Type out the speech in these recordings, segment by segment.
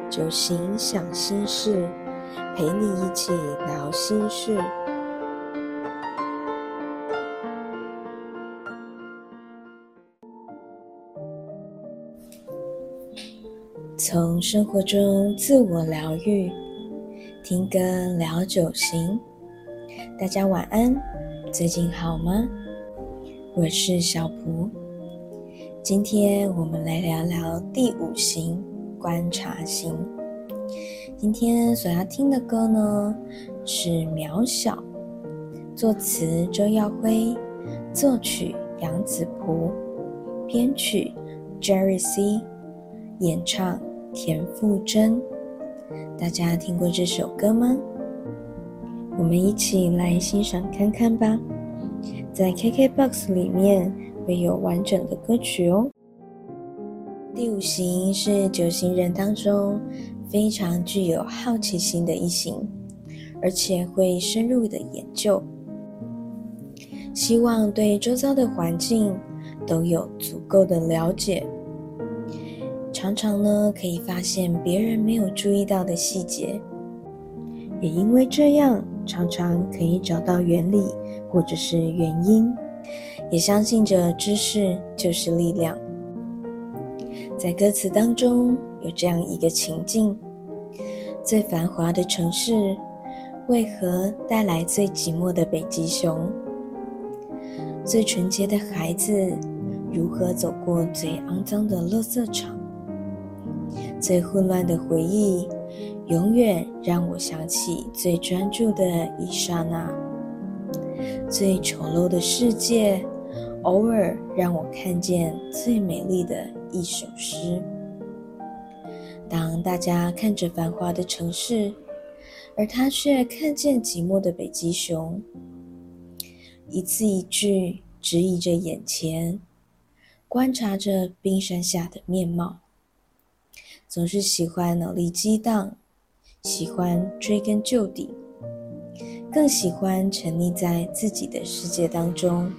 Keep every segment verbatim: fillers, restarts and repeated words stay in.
九行想心事，陪你一起聊心事。从生活中自我疗愈，听歌聊九行。大家晚安，最近好吗？我是小蒲，今天我们来聊聊第五行观察行。今天所要听的歌呢是《渺小》，作词周耀辉，作曲杨子璞，编曲 Jerry C， 演唱田馥甄。大家听过这首歌吗？我们一起来欣赏看看吧。在 K K B O X 里面会有完整的歌曲哦。第五行是九型人当中非常具有好奇心的一行，而且会深入的研究，希望对周遭的环境都有足够的了解。常常呢可以发现别人没有注意到的细节，也因为这样常常可以找到原理或者是原因，也相信着知识就是力量。在歌词当中有这样一个情境：最繁华的城市为何带来最寂寞的北极熊？最纯洁的孩子如何走过最肮脏的垃圾场？最混乱的回忆永远让我想起最专注的一刹那。最丑陋的世界偶尔让我看见最美丽的一首诗。当大家看着繁华的城市，而他却看见寂寞的北极熊，一字一句直译着眼前，观察着冰山下的面貌。总是喜欢脑力激荡，喜欢追根究底，更喜欢沉溺在自己的世界当中，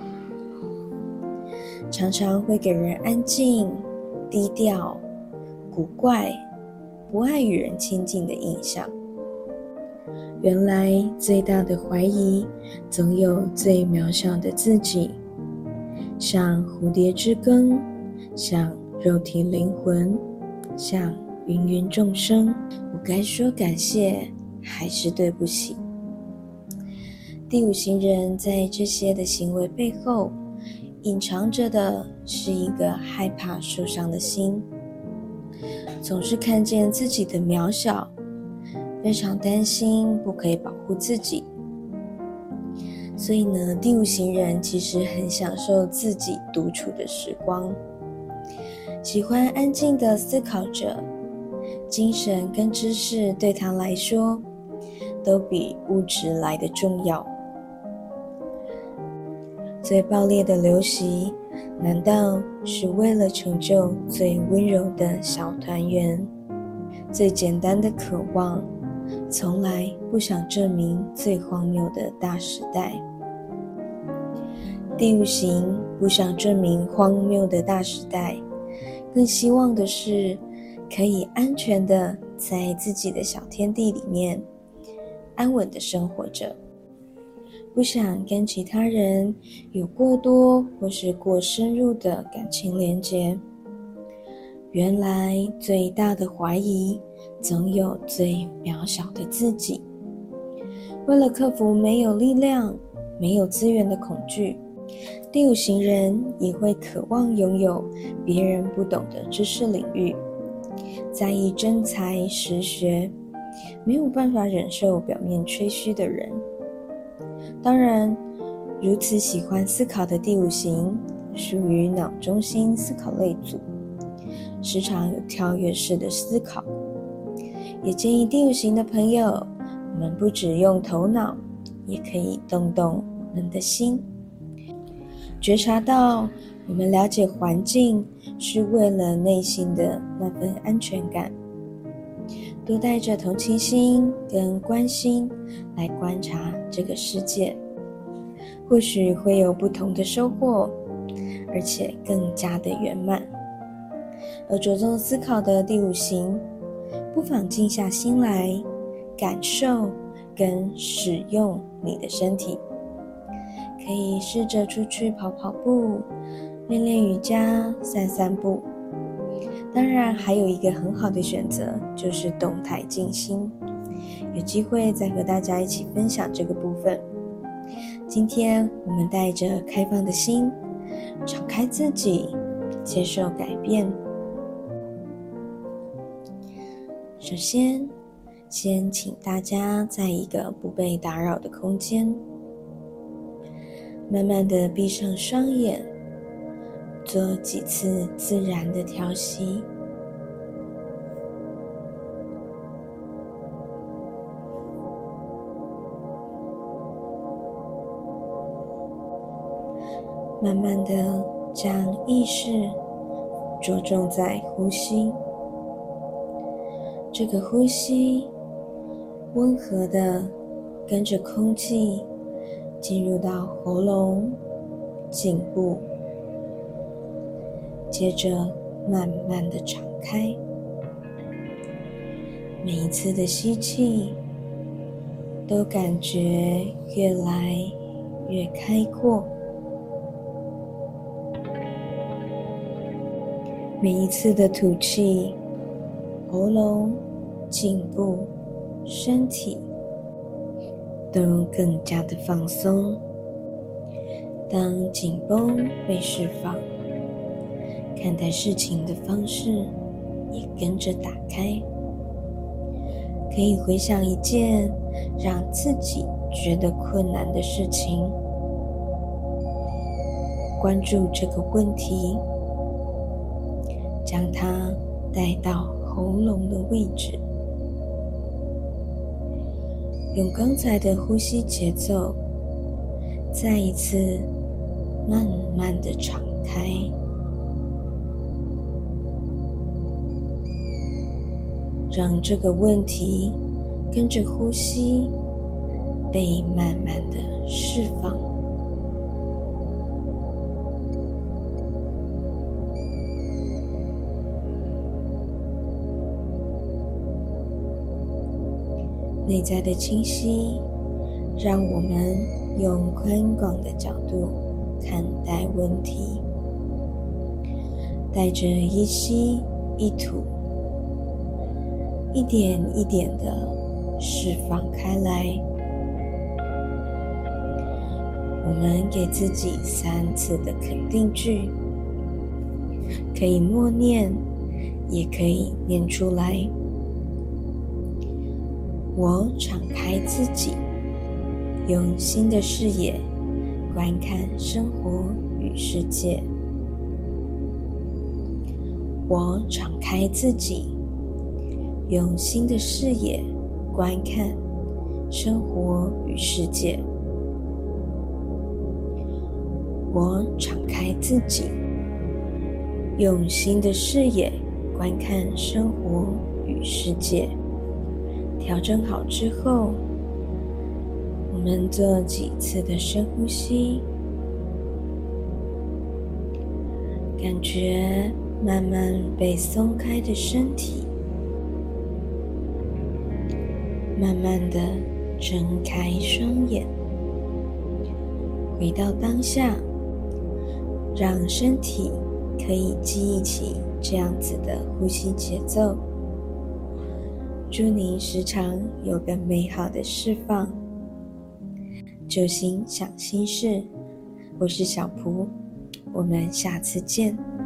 常常会给人安静、低调、古怪、不爱与人亲近的印象。原来最大的怀疑总有最渺小的自己，像蝴蝶之根，像肉体灵魂，像芸芸众生，我该说感谢还是对不起？第五型人在这些的行为背后隐藏着的是一个害怕受伤的心，总是看见自己的渺小，非常担心不可以保护自己。所以呢，第五型人其实很享受自己独处的时光，喜欢安静的思考着，精神跟知识对他来说都比物质来得重要。最爆裂的流行难道是为了成就最温柔的小团圆？最简单的渴望从来不想证明最荒谬的大时代。第五行不想证明荒谬的大时代，更希望的是可以安全的在自己的小天地里面安稳的生活着，不想跟其他人有过多或是过深入的感情连结。原来最大的怀疑总有最渺小的自己。为了克服没有力量、没有资源的恐惧，第五型人也会渴望拥有别人不懂的知识领域，在意真才实学，没有办法忍受表面吹嘘的人。当然，如此喜欢思考的第五型属于脑中心思考类组，时常有跳跃式的思考。也建议第五型的朋友，我们不只用头脑，也可以动动我们的心，觉察到我们了解环境是为了内心的那份安全感，多带着同情心跟关心来观察这个世界，或许会有不同的收获，而且更加的圆满。而着重思考的第五型， 不妨静下心来，感受跟使用你的身体。可以试着出去跑跑步，练练瑜伽，散散步。当然还有一个很好的选择，就是动态静心。有机会再和大家一起分享这个部分。今天我们带着开放的心，敞开自己，接受改变。首先，先请大家在一个不被打扰的空间，慢慢的闭上双眼，做几次自然的调息。慢慢的将意识着重在呼吸，这个呼吸温和的跟着空气进入到喉咙、颈部，接着慢慢的敞开。每一次的吸气都感觉越来越开阔，每一次的吐气，喉咙、颈部、身体都更加的放松。当紧绷被释放，看待事情的方式也跟着打开。可以回想一件让自己觉得困难的事情，关注这个问题，将它带到喉咙的位置，用刚才的呼吸节奏，再一次慢慢的敞开，让这个问题跟着呼吸被慢慢的释放。内在的清晰，让我们用宽广的角度看待问题，带着一吸一吐，一点一点的释放开来。我们给自己三次的肯定句，可以默念，也可以念出来。我敞开自己，用新的视野观看生活与世界。我敞开自己，用新的视野观看生活与世界。我敞开自己，用新的视野观看生活与世界。调整好之后，我们做几次的深呼吸，感觉慢慢被松开的身体，慢慢的睁开双眼，回到当下，让身体可以记忆起这样子的呼吸节奏。祝您时常有个美好的释放。就心想心事，我是小蒲，我们下次见。